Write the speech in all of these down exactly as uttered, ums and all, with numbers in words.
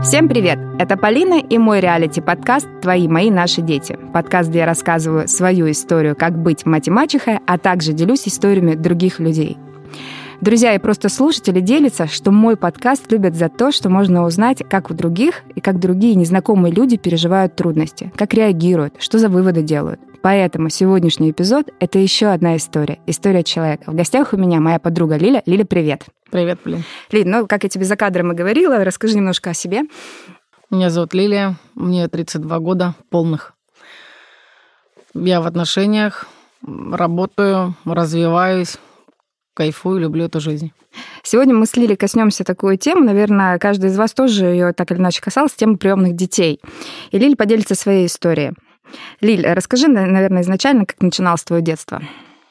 Всем привет! Это Полина и мой реалити-подкаст «Твои, мои, наши дети». Подкаст, где я рассказываю свою историю, как быть мать и мачехой, а также делюсь историями других людей. Друзья и просто слушатели делятся, что мой подкаст любят за то, что можно узнать, как у других и как другие незнакомые люди переживают трудности, как реагируют, что за выводы делают. Поэтому сегодняшний эпизод — это еще одна история. История человека. В гостях у меня моя подруга Лиля. Лиля, привет. Привет, Полин. Лиль, ну, как я тебе за кадром и говорила, расскажи немножко о себе. Меня зовут Лилия, мне тридцать два года полных. Я в отношениях, работаю, развиваюсь, кайфую, люблю эту жизнь. Сегодня мы с Лилей коснемся такую тему, наверное, каждый из вас тоже ее так или иначе касался, темы приемных детей. И Лиль поделится своей историей. Лиль, расскажи, наверное, изначально, как начиналось твое детство.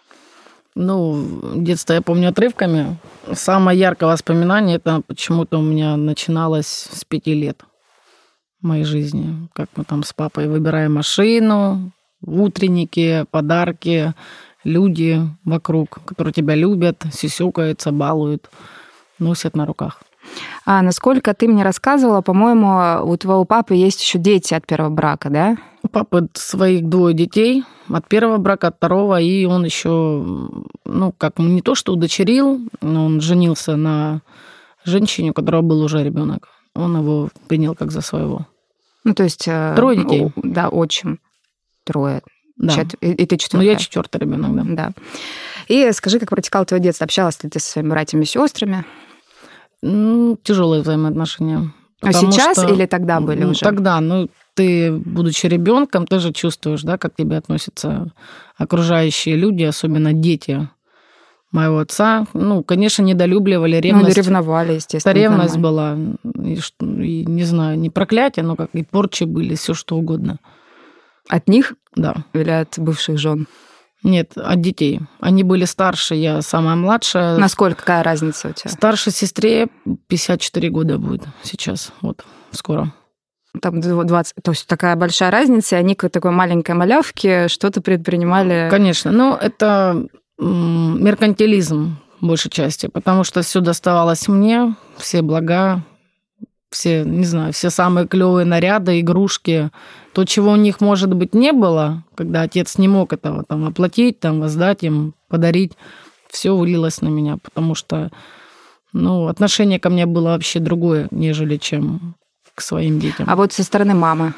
Ну, детство я помню отрывками. Самое яркое воспоминание, это почему-то у меня начиналось с пяти лет в моей жизни. Как мы там с папой выбираем машину, утренники, подарки, люди вокруг, которые тебя любят, сюсюкаются, балуют, носят на руках. А насколько ты мне рассказывала, по-моему, у твоего папы есть еще дети от первого брака, да? У папы своих двое детей от первого брака, от второго, и он еще, ну, как не то что удочерил, но он женился на женщине, у которой был уже ребенок. Он его принял как за своего. Ну, то есть... Трое детей. Да, отчим. Трое. Да. Чет... И, и ты четвертая. Ну, я четвертый ребенок, да. Да. И скажи, как протекало твое детство? Общалась ли ты со своими братьями и сестрами? Ну, тяжелые взаимоотношения. А сейчас что... или тогда были ну, уже? Тогда, ну, ты, будучи ребенком, ты же чувствуешь, да, как к тебе относятся окружающие люди, особенно дети моего отца. Ну, конечно, недолюбливали, ревность. Ну, ревновали, естественно. Это ревность была, и, и, не знаю, не проклятие, но как и порчи были, все что угодно. От них? Да. Или от бывших жен? Нет, от детей. Они были старше, я самая младшая. Насколько, какая разница у тебя? Старшей сестре пятьдесят четыре года будет сейчас, вот, скоро. Там двадцать, то есть такая большая разница, и они к такой маленькой малявке что-то предпринимали. Конечно, но это меркантилизм в большей части, потому что все доставалось мне, все блага, все, не знаю, все самые клевые наряды, игрушки, то, чего у них, может быть, не было, когда отец не мог этого там оплатить, там, воздать им, подарить, все вылилось на меня, потому что, ну, отношение ко мне было вообще другое, нежели чем к своим детям. А вот со стороны мамы,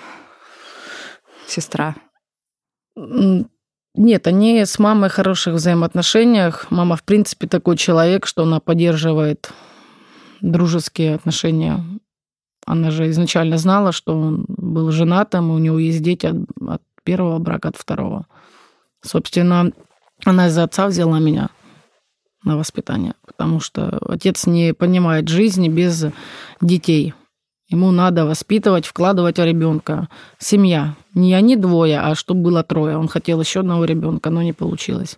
сестра? Нет, они с мамой в хороших взаимоотношениях. Мама, в принципе, такой человек, что она поддерживает дружеские отношения. Она же изначально знала, что он был женатым, и у него есть дети от, от первого брака, от второго. Собственно, она из-за отца взяла меня на воспитание, потому что отец не понимает жизни без детей. Ему надо воспитывать, вкладывать в ребенка. Семья. Не они двое, а чтобы было трое. Он хотел еще одного ребенка, но не получилось.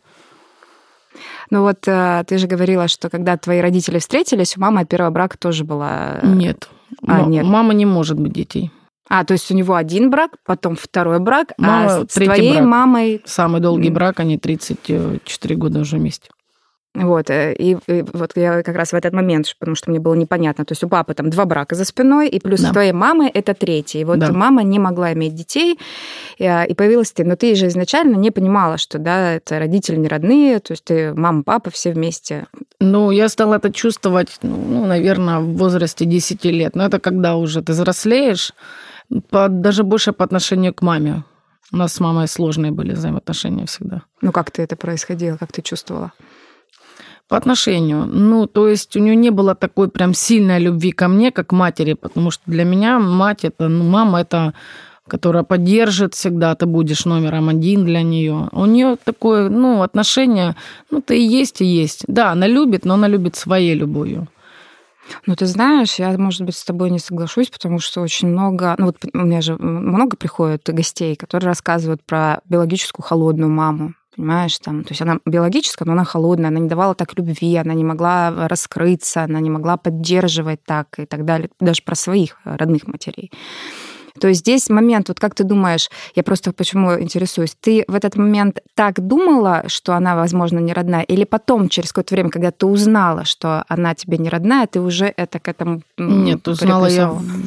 Ну вот ты же говорила, что когда твои родители встретились, у мамы от первого брака тоже была... Нет. А, нет. Мама не может быть детей. А, то есть у него один брак, потом второй брак, Мама, а с твоей брак. мамой... Самый долгий брак, они тридцать четыре года уже вместе. Вот, и, и вот я как раз в этот момент, потому что мне было непонятно, то есть у папы там два брака за спиной, и плюс да. у твоей мамы это третий. И вот да. мама не могла иметь детей, и, и появилась ты. Но ты же изначально не понимала, что, да, это родители не родные, то есть ты, мама, папа, все вместе. Ну, я стала это чувствовать, ну, наверное, в возрасте десяти лет. Но это когда уже ты взрослеешь, по, даже больше по отношению к маме. У нас с мамой сложные были взаимоотношения всегда. Ну, как ты это происходило, как ты чувствовала? По отношению. Ну, то есть у нее не было такой прям сильной любви ко мне, как к матери, потому что для меня мать это, ну, мама это, которая поддержит всегда, ты будешь номером один для нее. У нее такое, ну, отношение, ну, ты и есть, и есть. Да, она любит, но она любит своей любовью. Ну, ты знаешь, я, может быть, с тобой не соглашусь, потому что очень много... Ну, вот у меня же много приходит гостей, которые рассказывают про биологическую холодную маму. Понимаешь, там, то есть она биологическая, но она холодная, она не давала так любви, она не могла раскрыться, она не могла поддерживать так и так далее, даже про своих родных матерей. То есть здесь момент, вот как ты думаешь, я просто почему интересуюсь, ты в этот момент так думала, что она, возможно, не родная, или потом, через какое-то время, когда ты узнала, что она тебе не родная, ты уже это к этому Нет, узнала я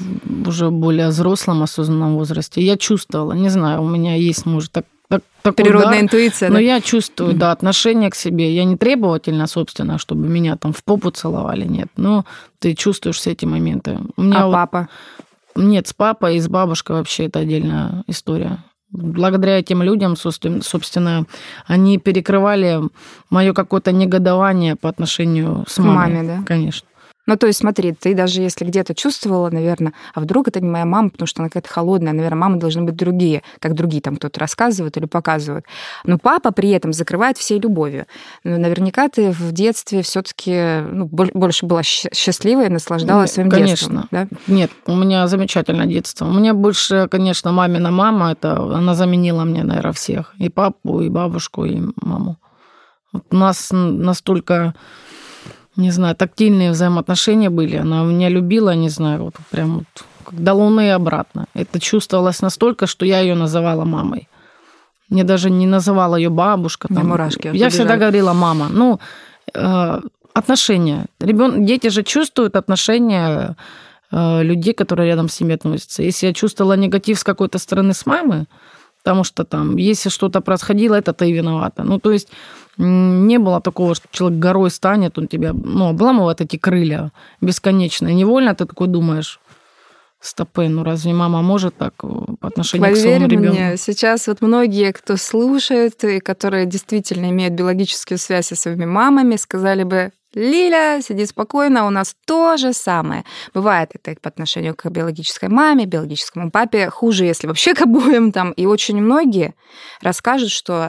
уже более взрослом, осознанном возрасте. Я чувствовала, не знаю, у меня есть, может, так, так, такой природная дар, интуиция, но да? я чувствую, mm-hmm. да, отношение к себе. Я не требовательна, собственно, чтобы меня там в попу целовали, нет. Но ты чувствуешь все эти моменты. У меня а вот... папа? Нет, с папой и с бабушкой вообще это отдельная история. Благодаря этим людям, собственно, они перекрывали мое какое-то негодование по отношению с мамой. К маме, да? Конечно. Ну, то есть, смотри, ты даже если где-то чувствовала, наверное, а вдруг это не моя мама, потому что она какая-то холодная, наверное, мамы должны быть другие, как другие там кто-то рассказывают или показывают. Но папа при этом закрывает всей любовью. Но наверняка ты в детстве все-таки ну, больше была счастливой и наслаждалась своим конечно. детством. Да? Нет, у меня замечательное детство. У меня больше, конечно, мамина мама, это она заменила мне, наверное, всех. И папу, и бабушку, и маму. Вот у нас настолько... Не знаю, тактильные взаимоотношения были. Она меня любила, не знаю, вот прям вот как до луны и обратно. Это чувствовалось настолько, что я ее называла мамой. Мне даже не называла ее бабушка. Там. Мурашки. Я всегда говорила мама. Ну, э, отношения. Ребен... Дети же чувствуют отношения э, людей, которые рядом с ними относятся. Если я чувствовала негатив с какой-то стороны с мамы, потому что там, если что-то происходило, это ты виновата. Ну, то есть не было такого, что человек горой станет, он тебя, ну, обламывает эти крылья бесконечно. И невольно ты такой думаешь, стопы, ну разве мама может так по отношению Поверь к своему ребенку? Мне, сейчас вот многие, кто слушает, и которые действительно имеют биологическую связь со своими мамами, сказали бы: Лиля, сиди спокойно, у нас то же самое. Бывает это по отношению к биологической маме, биологическому папе, хуже, если вообще к обоим там. И очень многие расскажут, что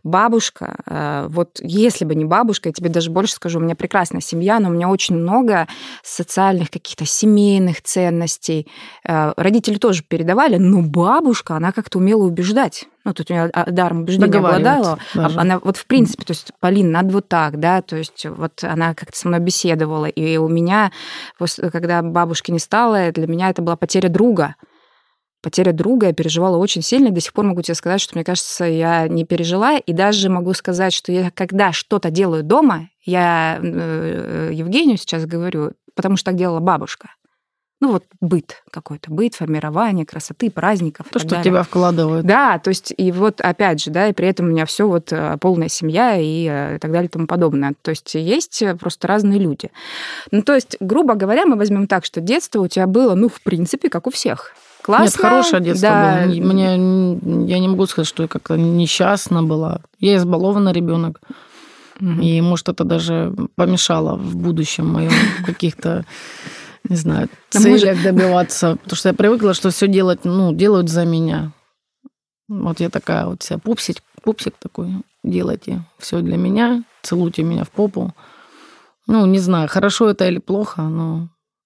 бабушка, вот если бы не бабушка, я тебе даже больше скажу, у меня прекрасная семья, но у меня очень много социальных каких-то семейных ценностей. Родители тоже передавали, но бабушка, она как-то умела убеждать. Ну, тут у нее даром убеждения обладала. Даже. Она вот в принципе, то есть, Полин, надо вот так, да, то есть вот она как-то со мной беседовала. И у меня, когда бабушки не стало, для меня это была потеря друга. Потеря друга я переживала очень сильно. И до сих пор могу тебе сказать, что, мне кажется, я не пережила. И даже могу сказать, что я, когда что-то делаю дома, я Евгению сейчас говорю, потому что так делала бабушка. Ну, вот быт какой-то, быт, формирование красоты, праздников. То, что далее. Тебя вкладывают. Да, то есть, и вот опять же, да, и при этом у меня все вот полная семья и так далее и тому подобное. То есть, есть просто разные люди. Ну, то есть, грубо говоря, мы возьмем так, что детство у тебя было, ну, в принципе, как у всех. Классно. Нет, хорошее детство да. было. Мне, я не могу сказать, что я как-то несчастна была. Я избалованный ребенок. Mm-hmm. И, может, это даже помешало в будущем моим каких-то... не знаю, целях может... добиваться. Потому что я привыкла, что все делать, ну, делают за меня. Вот я такая вот вся пупсик, пупсик такой. Делайте все для меня, целуйте меня в попу. Ну, не знаю, хорошо это или плохо, но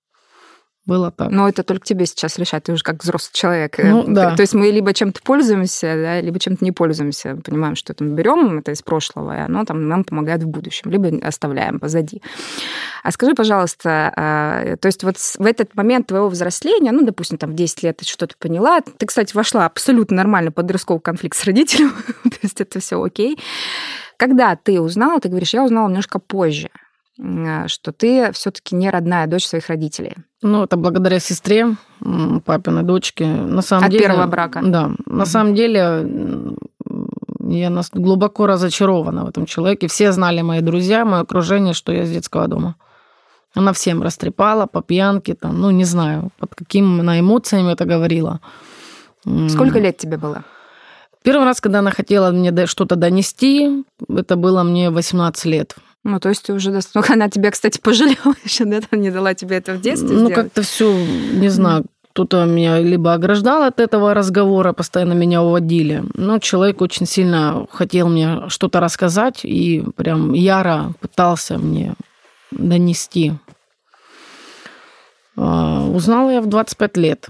было так. Но это только тебе сейчас решать, ты уже как взрослый человек. Ну, да. То есть мы либо чем-то пользуемся, да, либо чем-то не пользуемся. Понимаем, что это мы берем это из прошлого, и оно там нам помогает в будущем, либо оставляем позади. А скажи, пожалуйста, то есть вот в этот момент твоего взросления, ну, допустим, там в десять лет ты что-то поняла, ты, кстати, вошла абсолютно нормально в подростковый конфликт с родителем, то есть это все окей. Когда ты узнала, ты говоришь, я узнала немножко позже, что ты все-таки не родная дочь своих родителей. Ну, это благодаря сестре, папиной дочке. На самом От деле, первого брака. Да. На mm-hmm. самом деле, я глубоко разочарована в этом человеке. Все знали, мои друзья, мое окружение, что я из детского дома. Она всем растрепала по пьянке, там, ну, не знаю, под какими она эмоциями это говорила. Сколько лет тебе было? Первый раз, когда она хотела мне что-то донести, это было мне восемнадцать лет. Ну, то есть уже достаточно... Она тебя, кстати, пожалела еще, да, там не дала тебе это в детстве Ну, сделать? как-то все, не знаю, кто-то меня либо ограждал от этого разговора, постоянно меня уводили. Но человек очень сильно хотел мне что-то рассказать и прям яро пытался мне донести. Узнала я в двадцать пять лет.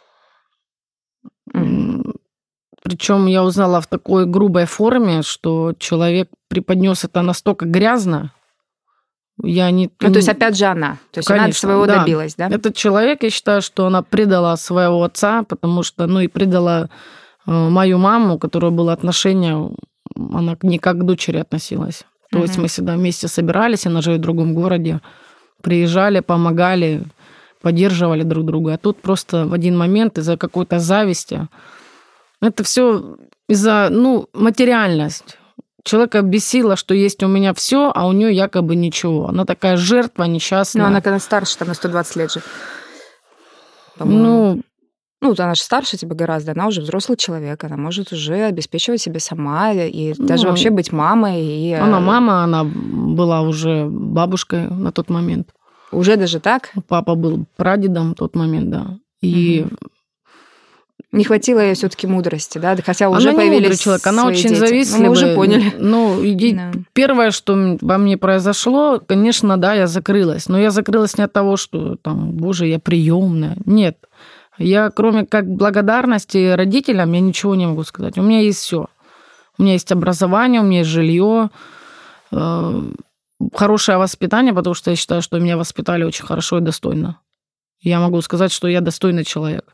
Mm-hmm. Причем я узнала в такой грубой форме, что человек преподнес это настолько грязно. Я не... Ну, то есть, опять же, она. То есть, Конечно, она своего да. добилась, да? Этот человек, я считаю, что она предала своего отца, потому что, ну, и предала мою маму, у которой было отношение, она не как к дочери относилась. То uh-huh. есть, мы всегда вместе собирались, она живет в другом городе, приезжали, помогали, поддерживали друг друга. А тут просто в один момент из-за какой-то зависти. Это все из-за, ну, материальность. Человека бесило, что есть у меня все, а у нее якобы ничего. Она такая жертва, несчастная. Ну, она когда старше, там, на сто двадцать лет же. Ну, ну, она же старше тебя гораздо, она уже взрослый человек, она может уже обеспечивать себя сама и ну, даже вообще быть мамой. И... Она мама, она была уже бабушкой на тот момент. Уже даже так? Папа был прадедом в тот момент, да. И... Угу. Не хватило ей все-таки мудрости, да? Хотя уже она появились не мудрый человек, она очень дети. завистливая. Ну, мы уже поняли. Ну, и да. Первое, что во мне произошло, конечно, да, я закрылась. Но я закрылась не от того, что там, боже, я приемная. Нет. Я, кроме как благодарности родителям, я ничего не могу сказать. У меня есть все. У меня есть образование, у меня есть жилье, э, хорошее воспитание, потому что я считаю, что меня воспитали очень хорошо и достойно. Я могу сказать, что я достойный человек.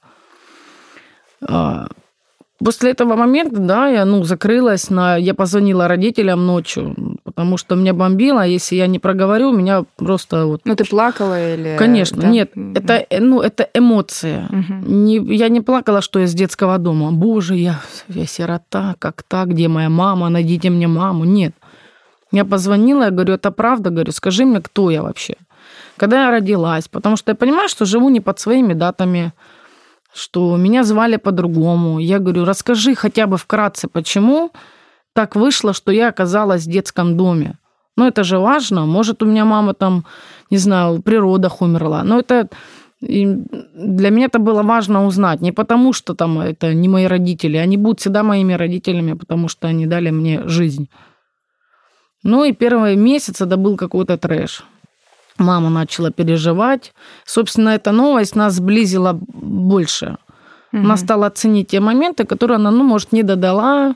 После этого момента, да, я, ну, закрылась, на... я позвонила родителям ночью, потому что меня бомбило, если я не проговорю, меня просто вот... Ну, ты плакала или... Конечно, да? Нет, mm-hmm. это, ну, это эмоция. Mm-hmm. Не, я не плакала, что я с детского дома. Боже, я, я сирота, как так, где моя мама, найдите мне маму. Нет. Я позвонила, я говорю, это правда? Говорю, скажи мне, кто я вообще? Когда я родилась, потому что я понимаю, что живу не под своими датами, что меня звали по-другому. Я говорю, расскажи хотя бы вкратце, почему так вышло, что я оказалась в детском доме. Ну, это же важно. Может, у меня мама там, не знаю, при родах умерла. Но это для меня это было важно узнать. Не потому, что там это не мои родители. Они будут всегда моими родителями, потому что они дали мне жизнь. Ну, и первые месяцы это был какой-то трэш. Мама начала переживать. Собственно, эта новость нас сблизила больше. Угу. Она стала ценить те моменты, которые она, ну, может, не додала.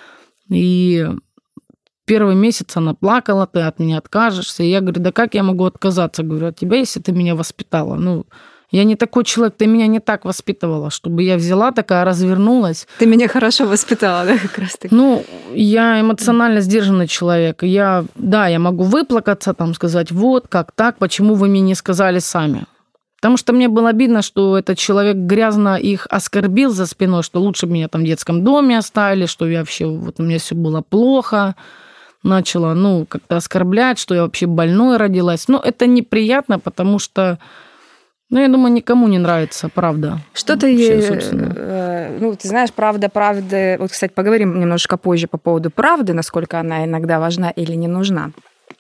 И первый месяц она плакала, ты от меня откажешься. И я говорю, да как я могу отказаться? Говорю, от тебя, если ты меня воспитала. Ну, я не такой человек, ты меня не так воспитывала, чтобы я взяла такая, развернулась. Ты меня хорошо воспитала, да, как раз таки? Ну, я эмоционально сдержанный человек. Я, да, я могу выплакаться, там, сказать, вот, как так, почему вы мне не сказали сами? Потому что мне было обидно, что этот человек грязно их оскорбил за спиной, что лучше бы меня там в детском доме оставили, что я вообще, вот у меня все было плохо. Начала, ну, как-то оскорблять, что я вообще больной родилась. Но это неприятно, потому что... Ну, я думаю, никому не нравится, правда. Что ты, э, ну, ты знаешь, правда, правда... Вот, кстати, поговорим немножко позже по поводу правды, насколько она иногда важна или не нужна.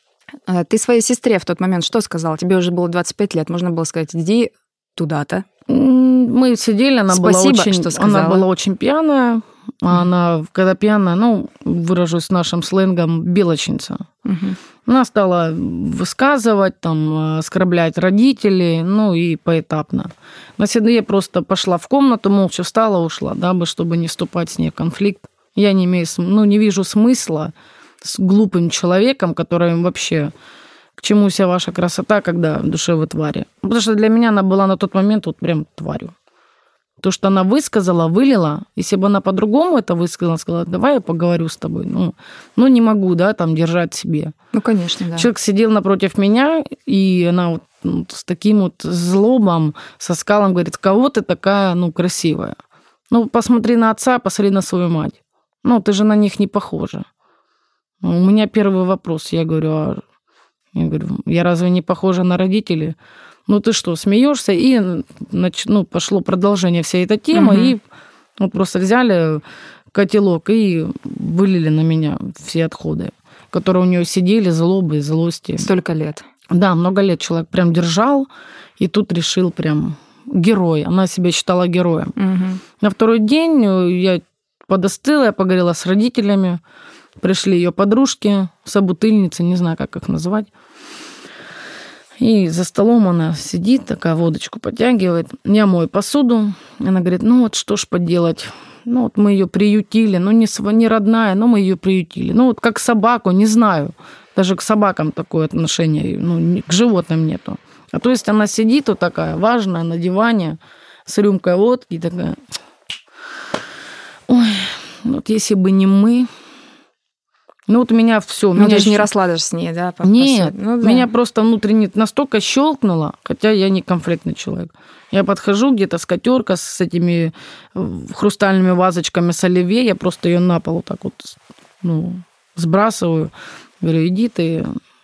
Ты своей сестре в тот момент что сказала? Тебе уже было двадцать пять лет, можно было сказать, иди туда-то. Мы сидели, она Спасибо, была очень, что сказала. Она была очень пьяная. Она, когда пьяная, ну, выражусь нашим сленгом, белочница. Угу. Она стала высказывать, там, оскорблять родителей, ну, и поэтапно. На седле просто пошла в комнату, молча встала, ушла, дабы, чтобы не вступать с ней в конфликт. Я не имею, ну, не вижу смысла с глупым человеком, который вообще... К чему вся ваша красота, когда в душе вы твари? Потому что для меня она была на тот момент вот прям тварью. То, что она высказала, вылила, если бы она по-другому это высказала, сказала, давай я поговорю с тобой. Ну, ну не могу, да, там, держать себе. Ну, конечно, да. Человек сидел напротив меня, и она вот, ну, с таким вот злобом, со скалом говорит, кого ты такая, ну, красивая? Ну, посмотри на отца, посмотри на свою мать. Ну, ты же на них не похожа. У меня первый вопрос, я говорю, а... я говорю, я разве не похожа на родителей? Ну ты что, смеешься? И ну, пошло продолжение всей этой темы, угу. И вот просто взяли котелок и вылили на меня все отходы, которые у нее сидели, злобы, злости. Столько лет. Да, много лет человек прям держал, и тут решил прям герой. Она себя считала героем. Угу. На второй день я подостыла, я поговорила с родителями, пришли ее подружки, собутыльницы, не знаю, как их назвать. И за столом она сидит, такая водочку подтягивает. Я мою посуду. Она говорит, ну вот что ж поделать. Ну вот мы ее приютили. Ну не, не родная, но мы ее приютили. Ну вот как собаку, не знаю. Даже к собакам такое отношение. Ну, к животным нету. А то есть она сидит вот такая важная на диване с рюмкой водки и такая... Ой, вот если бы не мы... Ну вот у меня все. Ну, ты же не росла даже с ней, да? По, Нет, по ну, да. Меня просто внутренне настолько щелкнуло, хотя я не конфликтный человек. Я подхожу где-то скатерка с этими хрустальными вазочками с оливье, я просто ее на пол так вот ну, сбрасываю. Говорю, иди ты.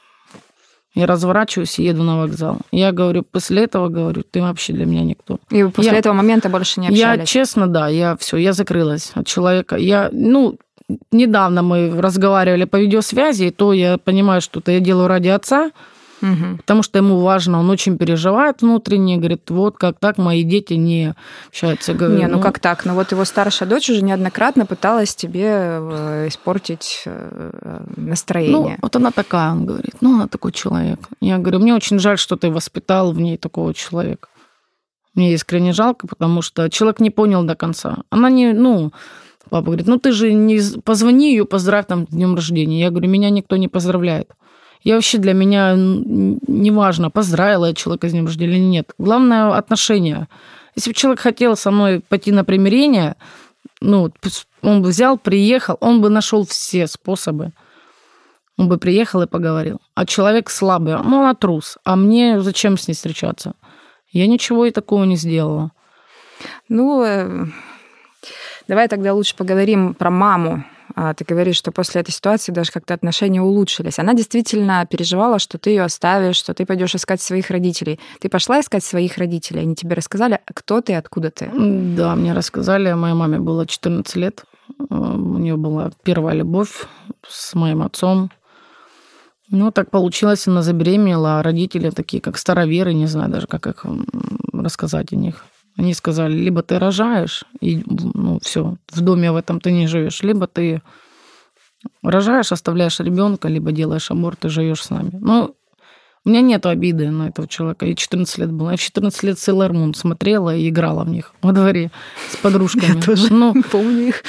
Я разворачиваюсь и еду на вокзал. Я говорю, после этого, говорю, ты вообще для меня никто. И после я, этого момента больше не общались? Я, честно, да, я все, я закрылась от человека. Я, ну, недавно мы разговаривали по видеосвязи, и то я понимаю, что это я делаю ради отца, угу. потому что ему важно, он очень переживает внутренне, говорит, вот как так мои дети не общаются. Я говорю, не, ну, ну как так? Ну вот его старшая дочь уже неоднократно пыталась тебе испортить настроение. Ну, вот она такая, он говорит, ну, она такой человек. Я говорю, мне очень жаль, что ты воспитал в ней такого человека. Мне искренне жалко, потому что человек не понял до конца. Она не, ну... Папа говорит, ну ты же не позвони ее, поздравь там с днем рождения. Я говорю, меня никто не поздравляет. Я вообще для меня неважно, поздравила я человека с днем рождения или нет. Главное отношение. Если бы человек хотел со мной пойти на примирение, ну, он бы взял, приехал, он бы нашел все способы. Он бы приехал и поговорил. А человек слабый, ну, он трус. А мне зачем с ней встречаться? Я ничего и такого не сделала. Ну... Давай тогда лучше поговорим про маму. Ты говоришь, что после этой ситуации даже как-то отношения улучшились. Она действительно переживала, что ты ее оставишь, что ты пойдешь искать своих родителей. Ты пошла искать своих родителей? Они тебе рассказали, кто ты, откуда ты? Да, мне рассказали. Моей маме было четырнадцать лет. У нее была первая любовь с моим отцом. Ну, так получилось, она забеременела, а родители такие, как староверы, не знаю даже, как их рассказать о них. Они сказали, либо ты рожаешь, и ну, все, в доме в этом ты не живешь, либо ты рожаешь, оставляешь ребенка, либо делаешь аборт и живешь с нами. Ну, у меня нет обиды на этого человека. Я четырнадцать лет была. Я в четырнадцать лет Sailor Moon смотрела и играла в них во дворе с подружками. Я тоже ну, помню их.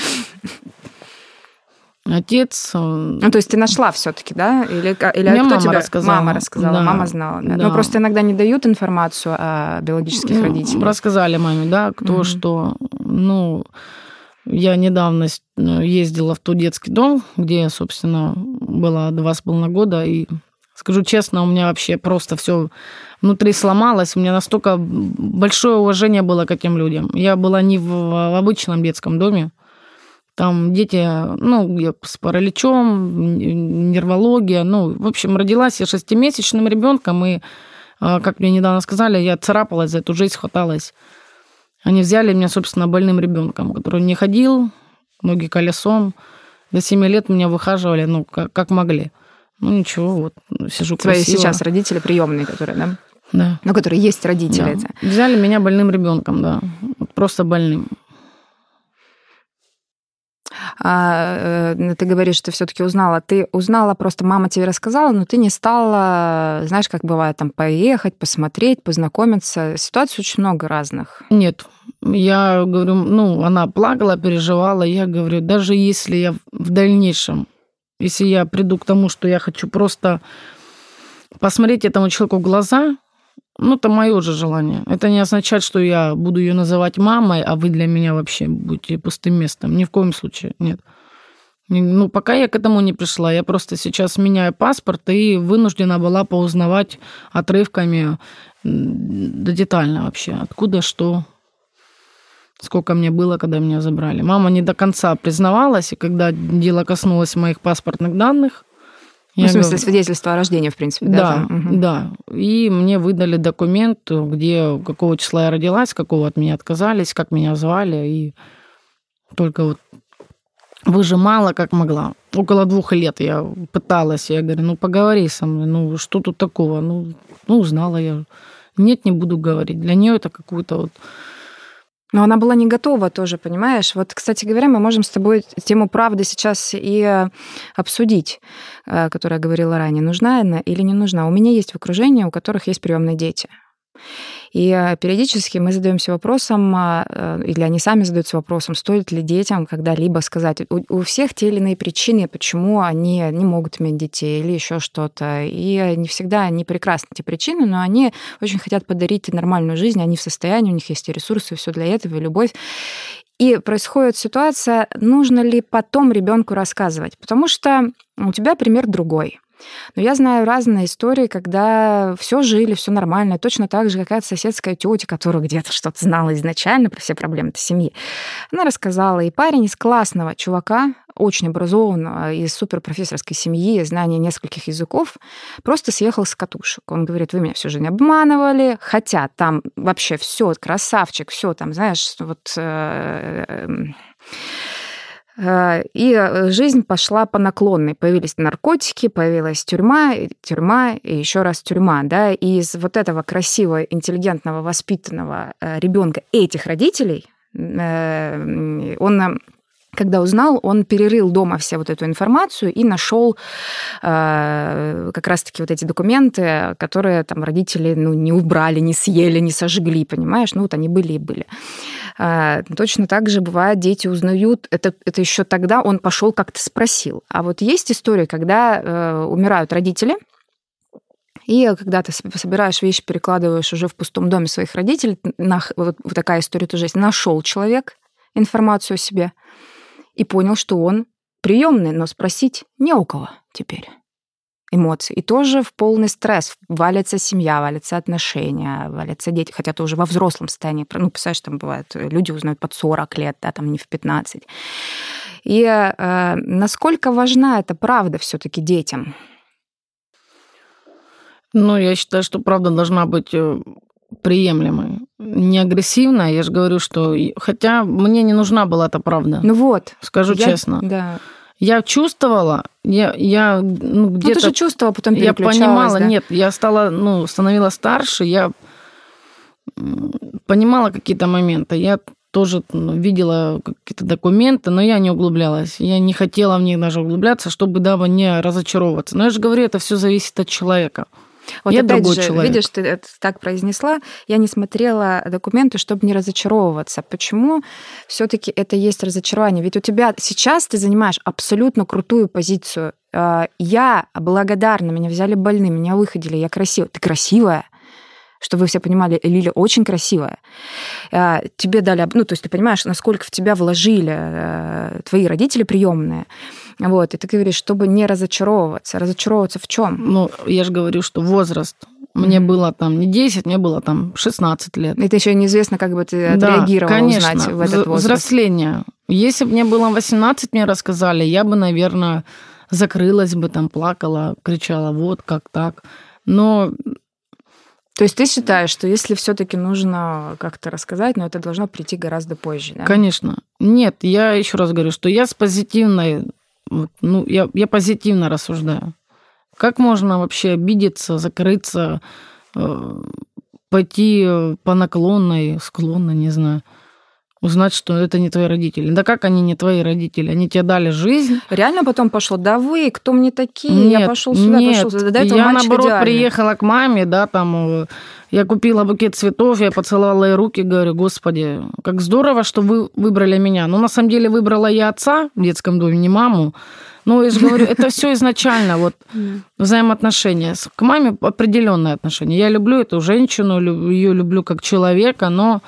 Отец... Ну, то есть ты нашла все-таки, да? Или, или Мне кто мама тебе? рассказала. Мама рассказала, да. мама знала. Да? Да. Но просто иногда не дают информацию о биологических ну, родителях. Рассказали маме, да, кто угу. что. Ну, я недавно ездила в тот детский дом, где я, собственно, была два с половиной года, и скажу честно, у меня вообще просто все внутри сломалось. У меня настолько большое уважение было к этим людям. Я была не в обычном детском доме. Там дети, ну, с параличом, нервология. Ну, в общем, родилась я шестимесячным ребенком, и, как мне недавно сказали, я царапалась за эту жизнь, хваталась. Они взяли меня, собственно, больным ребенком, который не ходил, ноги колесом. До семи лет меня выхаживали, ну, как, как могли. Ну, ничего, вот, сижу Твои красиво. сейчас родители приемные, которые, да? Да. Ну, которые есть родители. Да. Это. Взяли меня больным ребенком, да, просто больным. А, ты говоришь, что все-таки узнала. Ты узнала, просто мама тебе рассказала, но ты не стала, знаешь, как бывает, там, поехать, посмотреть, познакомиться. Ситуаций очень много разных. Нет. Я говорю, ну, она плакала, переживала. Я говорю, даже если я в дальнейшем, если я приду к тому, что я хочу просто посмотреть этому человеку в глаза, ну, это мое же желание. Это не означает, что я буду ее называть мамой, а вы для меня вообще будете пустым местом. Ни в коем случае, нет. Ну, пока я к этому не пришла. Я просто сейчас меняю паспорт и вынуждена была поузнавать отрывками да детально вообще, откуда, что, сколько мне было, когда меня забрали. Мама не до конца признавалась, и когда дело коснулось моих паспортных данных, ну, в смысле, говорю, свидетельство о рождении, в принципе, да? Да, угу. да. И мне выдали документ, где какого числа я родилась, какого от меня отказались, как меня звали, и только вот выжимала, как могла. Около двух лет я пыталась, я говорю, ну, поговори со мной, ну, что тут такого? Ну, ну узнала я. Нет, не буду говорить. Для нее это какую-то вот... Но она была не готова тоже, понимаешь? Вот, кстати говоря, мы можем с тобой тему правды сейчас и обсудить, которую я говорила ранее. Нужна она или не нужна? У меня есть в окружении, у которых есть приемные дети. И периодически мы задаемся вопросом, или они сами задаются вопросом, стоит ли детям когда-либо сказать. У, у всех те или иные причины, почему они не могут иметь детей или еще что-то. И не всегда они прекрасны, эти причины, но они очень хотят подарить нормальную жизнь, они в состоянии, у них есть и ресурсы, и все для этого, и любовь. И происходит ситуация, нужно ли потом ребенку рассказывать, потому что у тебя пример другой. Но я знаю разные истории, когда все жили, все нормально, точно так же какая-то соседская тетя, которая где-то что-то знала изначально про все проблемы этой семьи, она рассказала, и парень из классного чувака, очень образованного, из суперпрофессорской семьи, знания нескольких языков, просто съехал с катушек. Он говорит, вы меня всю жизнь обманывали, хотя там вообще все красавчик, все там, знаешь, вот... И жизнь пошла по наклонной. Появились наркотики, появилась тюрьма, тюрьма и еще раз тюрьма. Да? И из вот этого красивого, интеллигентного, воспитанного ребенка этих родителей, он... Когда узнал, он перерыл дома всю вот эту информацию и нашел э, как раз-таки вот эти документы, которые там родители ну, не убрали, не съели, не сожгли, понимаешь? Ну вот они были и были. Э, точно так же бывает, дети узнают, это, это еще тогда он пошел как-то спросил. А вот есть история, когда э, умирают родители, и когда ты собираешь вещи, перекладываешь уже в пустом доме своих родителей, на, вот, вот такая история тоже есть, нашел человек информацию о себе, и понял, что он приемный, но спросить не у кого теперь. Эмоции. И тоже в полный стресс. Валится семья, валятся отношения, валятся дети. Хотя ты уже во взрослом состоянии. Ну, представляешь, там бывает, люди узнают под сорок лет, да, там не в пятнадцать. И э, насколько важна эта правда все-таки детям? Ну, я считаю, что правда должна быть приемлемой, не агрессивная. Я же говорю, что... Хотя мне не нужна была эта правда. Ну вот. Скажу я... честно. Да. Я чувствовала, я, я ну, где-то... Ну, ты же чувствовала, потом переключалась, я понимала, да? Нет, я стала, ну, становилась старше, я понимала какие-то моменты. Я тоже ну, видела какие-то документы, но я не углублялась. Я не хотела в них даже углубляться, чтобы, дабы не разочаровываться. Но я же говорю, это все зависит от человека. Вот я опять другой же, человек. Видишь, ты это так произнесла, я не смотрела документы, чтобы не разочаровываться. Почему все-таки это есть разочарование? Ведь у тебя сейчас ты занимаешь абсолютно крутую позицию. Я благодарна, меня взяли больным, меня выходили, я красивая. Ты красивая. Чтобы вы все понимали, Лиля очень красивая. Тебе дали... Ну, то есть ты понимаешь, насколько в тебя вложили твои родители приемные. Вот, и ты говоришь, чтобы не разочаровываться. Разочаровываться в чем? Ну, я же говорю, что возраст. Мне mm-hmm. было там не десять, мне было там шестнадцать лет. Это еще неизвестно, как бы ты отреагировала, да, конечно, узнать в этот возраст. Взросление. Если бы мне было восемнадцать, мне рассказали, я бы, наверное, закрылась бы, там плакала, кричала, вот как так. Но... То есть ты считаешь, что если все-таки нужно как-то рассказать, но это должно прийти гораздо позже, да? Конечно. Нет, я еще раз говорю, что я с позитивной... Ну, я, я позитивно рассуждаю. Как можно вообще обидеться, закрыться, пойти по наклонной, склонной, не знаю, узнать, что это не твои родители? Да как они не твои родители? Они тебе дали жизнь. Реально потом пошло? Да вы, кто мне такие? Нет, я пошел сюда, нет. пошел сюда. До этого я, мальчик наоборот, идеальный. приехала к маме, да, там... Я купила букет цветов, я поцеловала ей руки, говорю, господи, как здорово, что вы выбрали меня. Но на самом деле выбрала я отца в детском доме, не маму. Но я же говорю, это все изначально вот взаимоотношения. К маме определенное отношение. Я люблю эту женщину, ее люблю как человека, но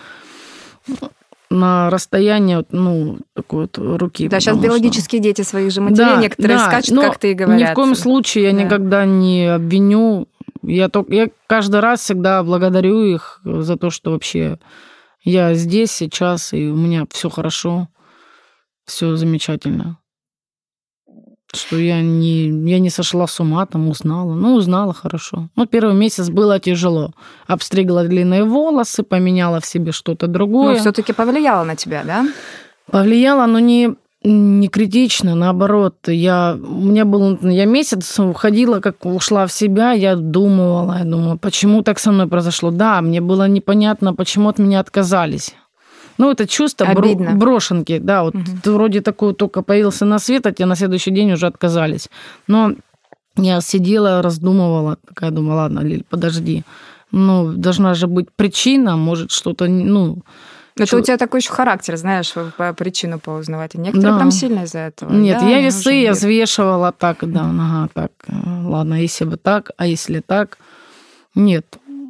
на расстоянии ну, такой вот руки. Да, сейчас биологические дети своих же матерей, да, некоторые да, скачут, как ты и говорят. Ни в коем случае я да. никогда не обвиню. Я, только, я каждый раз всегда благодарю их за то, что вообще я здесь, сейчас, и у меня все хорошо, все замечательно. Что я не, я не сошла с ума, там узнала. Ну, узнала хорошо. Ну, первый месяц было тяжело. Обстригла длинные волосы, поменяла в себе что-то другое. Но все-таки повлияло на тебя, да? Повлияло, но не... Не критично, наоборот. Я, у меня был, я месяц уходила, как ушла в себя, я думала, я думала, почему так со мной произошло. Да, мне было непонятно, почему от меня отказались. Ну, это чувство Обидно. брошенки. Да, вот угу. ты вроде такой только появился на свет, а тебе на следующий день уже отказались. Но я сидела, раздумывала, такая думала, ладно, Лиль, подожди. Ну, должна же быть причина, может, что-то, ну... Это Что... у тебя такой еще характер, знаешь, по причину поузнавать. А некоторые да. прям сильно из-за этого. Нет, да, я весы, я быть. взвешивала так, да, ага, так, ладно, если бы так, а если так, нет.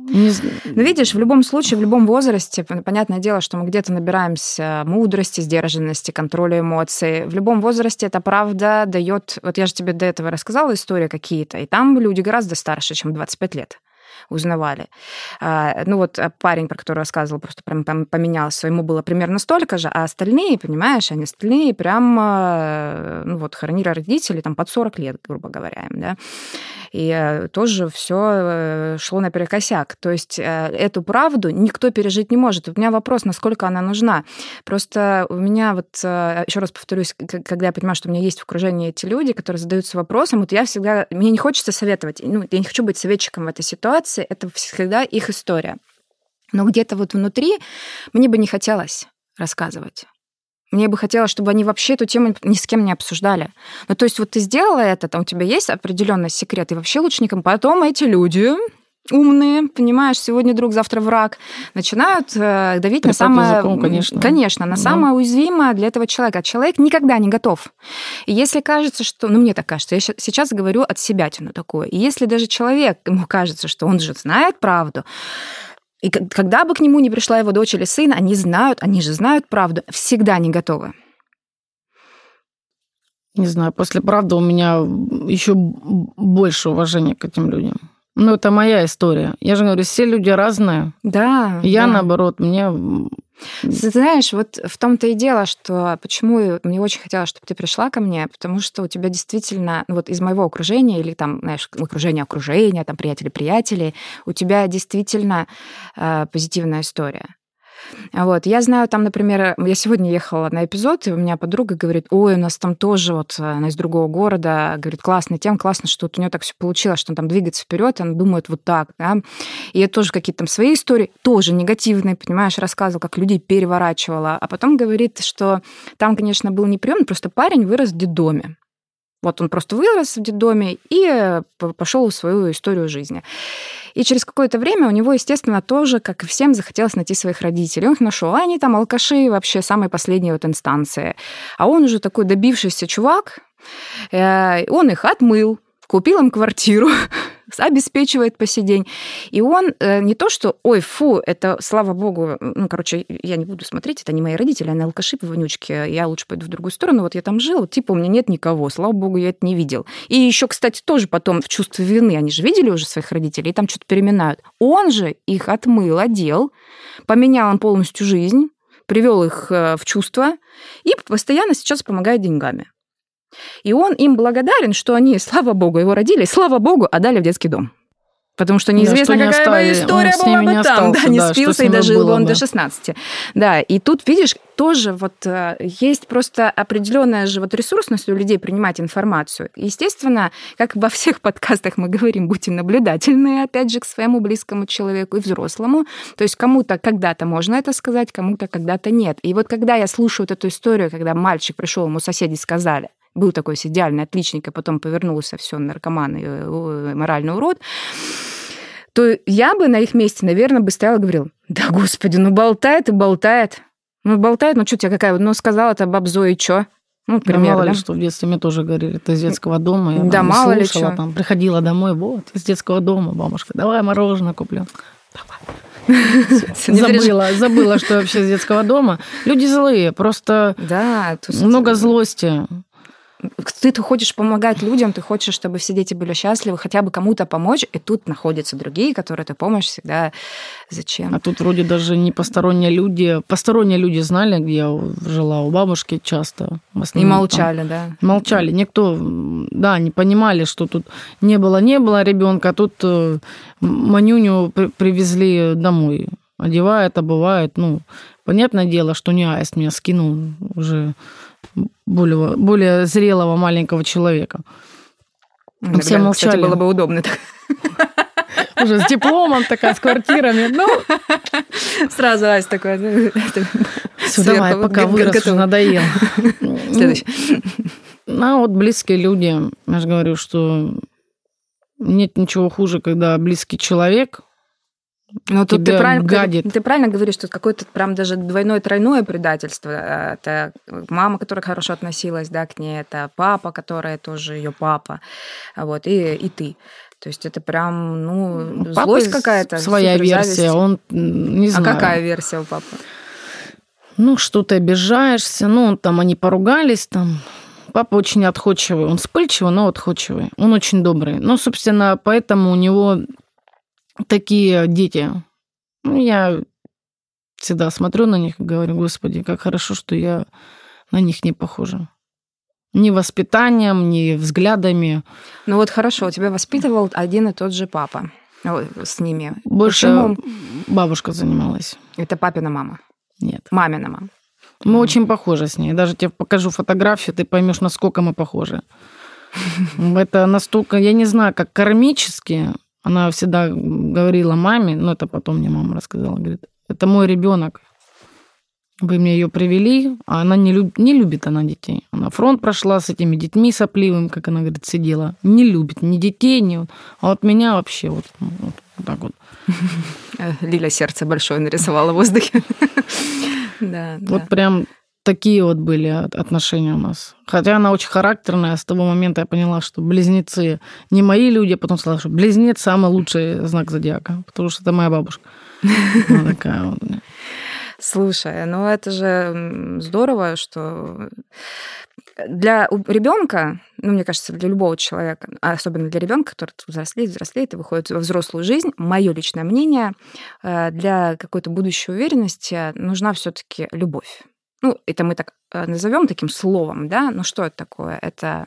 Не... Ну, видишь, в любом случае, в любом возрасте, понятное дело, что мы где-то набираемся мудрости, сдержанности, контроля эмоций. В любом возрасте это правда дает... Вот я же тебе до этого рассказала истории какие-то, и там люди гораздо старше, чем двадцать пять лет. Узнавали. Ну вот парень, про который рассказывал, просто прям поменялся, ему было примерно столько же, а остальные, понимаешь, они остальные прям, ну вот, хоронили родителей там под сорок лет, грубо говоря, да. И тоже все шло наперекосяк. То есть эту правду никто пережить не может. У меня вопрос, насколько она нужна. Просто у меня вот, еще раз повторюсь, когда я понимаю, что у меня есть в окружении эти люди, которые задаются вопросом, вот я всегда, мне не хочется советовать, ну, я не хочу быть советчиком в этой ситуации, это всегда их история. Но где-то вот внутри мне бы не хотелось рассказывать. Мне бы хотелось, чтобы они вообще эту тему ни с кем не обсуждали. Ну, то есть вот ты сделала это, там у тебя есть определенный секрет, и вообще лучше никому. Потом эти люди умные, понимаешь, сегодня друг, завтра враг, начинают давить Припад на самое... Языком, конечно. Конечно, на да. самое уязвимое для этого человека. Человек никогда не готов. И если кажется, что... Ну, мне так кажется, я сейчас говорю от себятину такое. И если даже человек, ему кажется, что он же знает правду, и когда бы к нему не пришла его дочь или сын, они знают, они же знают правду, всегда не готовы. Не знаю, после правды у меня еще больше уважения к этим людям. Ну, это моя история. Я же говорю, все люди разные. Да. Я, да. наоборот, мне... Ты знаешь, вот в том-то и дело, что почему мне очень хотелось, чтобы ты пришла ко мне, потому что у тебя действительно, ну вот из моего окружения или там, знаешь, окружение окружения, там приятели-приятели, у тебя действительно э, позитивная история. Вот. Я знаю, там, например, я сегодня ехала на эпизод, и у меня подруга говорит, ой, у нас там тоже, вот она из другого города, говорит, классная тема, классно, что вот у нее так все получилось, что он там двигается вперед, она думает вот так, да. И я тоже какие-то там свои истории, тоже негативные, понимаешь, рассказывала, как людей переворачивала, а потом говорит, что там, конечно, был не прием, просто парень вырос в детдоме. Вот он просто вырос в детдоме и пошел в свою историю жизни. И через какое-то время у него, естественно, тоже, как и всем, захотелось найти своих родителей. Он их нашел. А они там алкаши вообще самой последней вот инстанции. А он уже такой добившийся чувак. Он их отмыл, купил им квартиру, обеспечивает по сей день. И он не то, что, ой, фу, это, слава богу, ну, короче, я не буду смотреть, это не мои родители, они алкаши, вонючки, я лучше пойду в другую сторону, вот я там жил, типа у меня нет никого, слава богу, я это не видел. И еще, кстати, тоже потом в чувстве вины, они же видели уже своих родителей, и там что-то переминают. Он же их отмыл, одел, поменял им полностью жизнь, привел их в чувство и постоянно сейчас помогает деньгами. И он им благодарен, что они, слава богу, его родили, слава богу, отдали в детский дом. Потому что неизвестно, да, что какая не история была бы там. Да, не да, спился и дожил бы он до шестнадцати. Да, и тут, видишь, тоже вот есть просто определенная же вот ресурсность у людей принимать информацию. Естественно, как во всех подкастах мы говорим, будьте наблюдательны, опять же, к своему близкому человеку и взрослому. То есть кому-то когда-то можно это сказать, кому-то когда-то нет. И вот когда я слушаю вот эту историю, когда мальчик пришел, ему соседи сказали, был такой идеальный отличник, а потом повернулся все наркоман и моральный урод, то я бы на их месте, наверное, бы стояла и говорила, да, господи, ну болтает и болтает. Ну болтает, ну что тебе какая? Ну сказала это баб Зоя, и чё? Ну, примерно. Да, мало ли, что в детстве мне тоже говорили, это из детского дома. Я да, там, мало слушала, ли что. Там, приходила домой, вот, из детского дома бабушка, давай мороженое куплю. Забыла, забыла, что вообще из детского дома. Люди злые, просто да, много злости. Ты, ты хочешь помогать людям, ты хочешь, чтобы все дети были счастливы, хотя бы кому-то помочь, и тут находятся другие, которые эту помощь всегда зачем. А тут вроде даже не посторонние люди, посторонние люди знали, где я жила у бабушки часто. И молчали, там, да? Молчали. Никто, да, не понимали, что тут не было, не было ребенка, а тут Манюню привезли домой. Одевает, обувает, ну, понятное дело, что не аист меня скинул уже более, более зрелого маленького человека. Тогда, все молчали. Кстати, было бы удобно. Уже с дипломом такая, с квартирами. Ну, сразу аист такой. Все, давай, пока вырос, надоел. Следующий. Ну, вот близкие люди, я же говорю, что нет ничего хуже, когда близкий человек Ну, тут ты правильно, гадит. ты правильно говоришь, что какое-то прям даже двойное-тройное предательство. Это мама, которая хорошо относилась, да, к ней, это папа, который тоже ее папа, вот, и, и ты. То есть это прям, ну, У злость папы какая-то. своя версия, он не А знаю. какая версия у папы? Ну, что ты обижаешься, ну, там они поругались, там. Папа очень отходчивый, он вспыльчивый, но отходчивый. Он очень добрый. Ну, собственно, поэтому у него такие дети. Ну, я всегда смотрю на них и говорю, Господи, как хорошо, что я на них не похожа. Ни воспитанием, ни взглядами. Ну вот хорошо, тебя воспитывал один и тот же папа с ними. Больше Почему? Бабушка занималась. Это папина мама? Нет. Мамина мама? Мы mm. очень похожи с ней. Даже тебе покажу фотографию, ты поймешь, насколько мы похожи. Это настолько, я не знаю, как кармически. Она всегда говорила маме, но это потом мне мама рассказала, говорит, это мой ребенок. Вы мне ее привели, а она не, люб... не любит она детей. Она фронт прошла с этими детьми сопливыми, как она говорит, сидела. Не любит ни детей, ни... А вот меня вообще вот, вот, вот так вот. Лиля сердце большое нарисовала в воздухе. Да, вот да. прям такие вот были отношения у нас. Хотя она очень характерная. С того момента я поняла, что близнецы не мои люди. Потом сказала, что близнец самый лучший знак зодиака, потому что это моя бабушка. Она такая вот. Слушай, ну это же здорово, что для ребенка, ну, мне кажется, для любого человека, особенно для ребенка, который взрослеет, взрослеет и выходит во взрослую жизнь, мое личное мнение, для какой-то будущей уверенности нужна все-таки любовь. Ну, это мы так назовем таким словом, да, но что это такое? Это,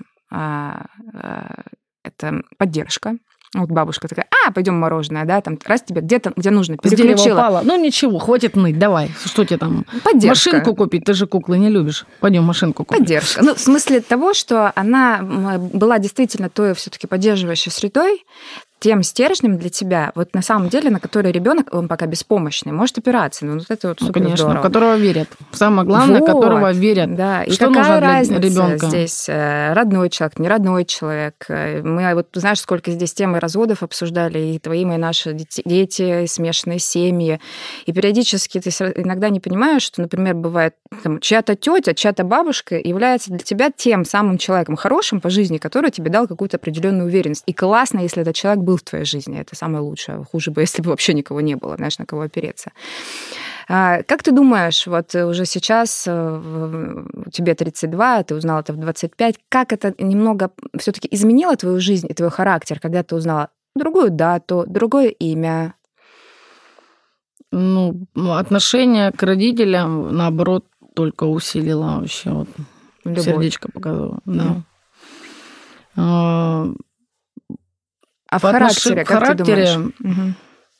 это поддержка. Вот бабушка такая, а, пойдем мороженое, да, там, раз тебе где-то, где нужно, переключила. С дерева упала. Ну, ничего, хватит ныть, давай. Что тебе там? Поддержка. Машинку купить, ты же куклы не любишь. Пойдем машинку купить. Поддержка. Ну, в смысле того, что она была действительно той все-таки поддерживающей средой, тем стержнем для тебя, вот на самом деле, на который ребенок, он пока беспомощный, может опираться. Ну, вот это вот ну, супер конечно, здорово. В которого верят. Самое главное, вот, которого верят. Да. И что какая нужно разница для ребенка? Здесь родной человек, не родной человек. Мы вот, знаешь, сколько здесь темы разводов обсуждали, и твои, и наши дети, и смешанные семьи. И периодически ты иногда не понимаешь, что, например, бывает, там, чья-то тетя, чья-то бабушка является для тебя тем самым человеком хорошим по жизни, который тебе дал какую-то определенную уверенность. И классно, если этот человек был в твоей жизни. Это самое лучшее. Хуже бы, если бы вообще никого не было, знаешь, на кого опереться. Как ты думаешь, вот уже сейчас тебе тридцать два, ты узнала это в двадцать пять, как это немного все-таки изменило твою жизнь и твой характер, когда ты узнала другую дату, другое имя? Ну, отношение к родителям, наоборот, только усилило вообще. Вот. Сердечко показало. Да. Mm. А в характере, отнош... как характере, ты думаешь? Угу.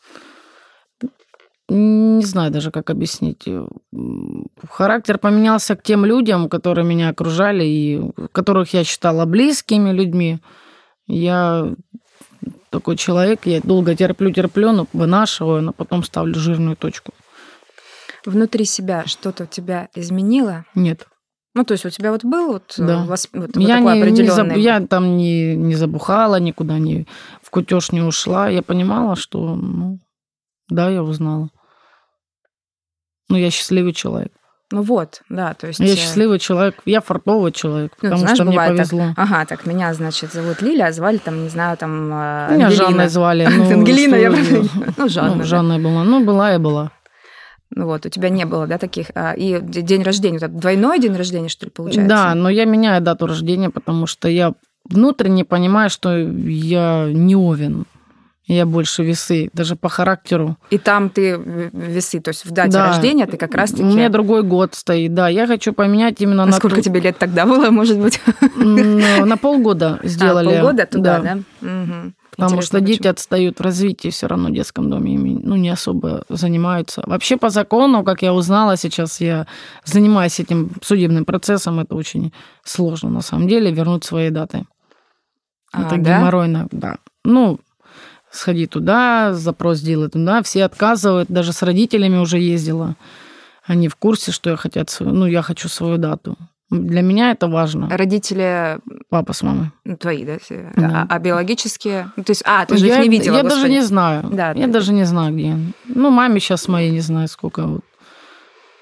Не знаю даже, как объяснить. Характер поменялся к тем людям, которые меня окружали, и которых я считала близкими людьми. Я такой человек, я долго терплю-терплю, но вынашиваю, но потом ставлю жирную точку. Внутри себя что-то у тебя изменило? Нет. Ну, то есть у тебя вот был вот, да. восп... вот, я вот такой не, определенный... Не заб... Я там не, не забухала, никуда не в кутеж не ушла. Я понимала, что, ну, да, я узнала. Ну, я счастливый человек. Ну вот, да, то есть... Я счастливый человек, я фартовый человек, ну, потому знаешь, что мне повезло. Так, ага, так, меня, значит, зовут Лиля, а звали там, не знаю, там, Ангелина. Меня Жанной звали. Ну, Ангелина, я Ну, Жанна. Ну, Жанной была. Ну, была и была. Ну вот, у тебя не было, да, таких... И день рождения, вот двойной день рождения, что ли, получается? Да, но я меняю дату рождения, потому что я внутренне понимаю, что я не Овен. Я больше весы, даже по характеру. И там ты весы, то есть в дате да. рождения ты как раз-таки... У меня другой год стоит, да. Я хочу поменять именно а на... сколько ту... тебе лет тогда было, может быть? На полгода сделали. А, полгода туда, да? да? Угу. Потому Интересно, что почему? Дети отстают в развитии все равно в детском доме, ими ну, не особо занимаются. Вообще по закону, как я узнала, сейчас я занимаюсь этим судебным процессом, это очень сложно на самом деле, вернуть свои даты. А, это да? геморройно, да. Ну, сходи туда, запрос сделай туда, все отказывают, даже с родителями уже ездила. Они в курсе, что я хотят, ну, я хочу свою дату. Для меня это важно. Родители... Папа с мамой. Твои, да? да. А, а биологические? Ну, то есть, а, ты же я, их не видела, Я господи. даже не знаю. Да, я ты... даже не знаю, где. Ну, маме сейчас моей не знаю, сколько. Вот.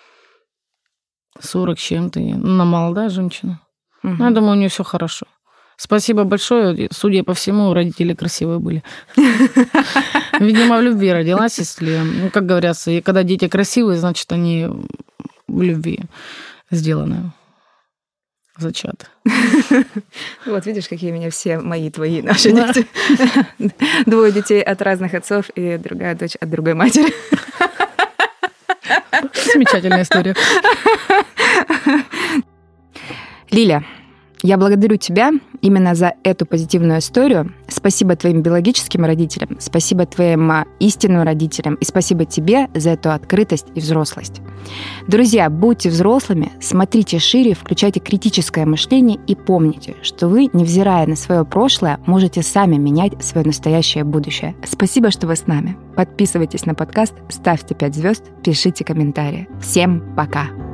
сорок с чем-то. Ну, она молодая женщина. Угу. Ну, я думаю, у нее все хорошо. Спасибо большое. Судя по всему, родители красивые были. Видимо, в любви родилась, если... Ну, как говорится, когда дети красивые, значит, они в любви сделаны. Зачаты. Вот видишь, какие у меня все мои, твои, наши да. дети. Двое детей от разных отцов и другая дочь от другой матери. Замечательная история. Лиля, я благодарю тебя именно за эту позитивную историю. Спасибо твоим биологическим родителям, спасибо твоим истинным родителям и спасибо тебе за эту открытость и взрослость. Друзья, будьте взрослыми, смотрите шире, включайте критическое мышление и помните, что вы, невзирая на свое прошлое, можете сами менять свое настоящее будущее. Спасибо, что вы с нами. Подписывайтесь на подкаст, ставьте пять звезд, пишите комментарии. Всем пока!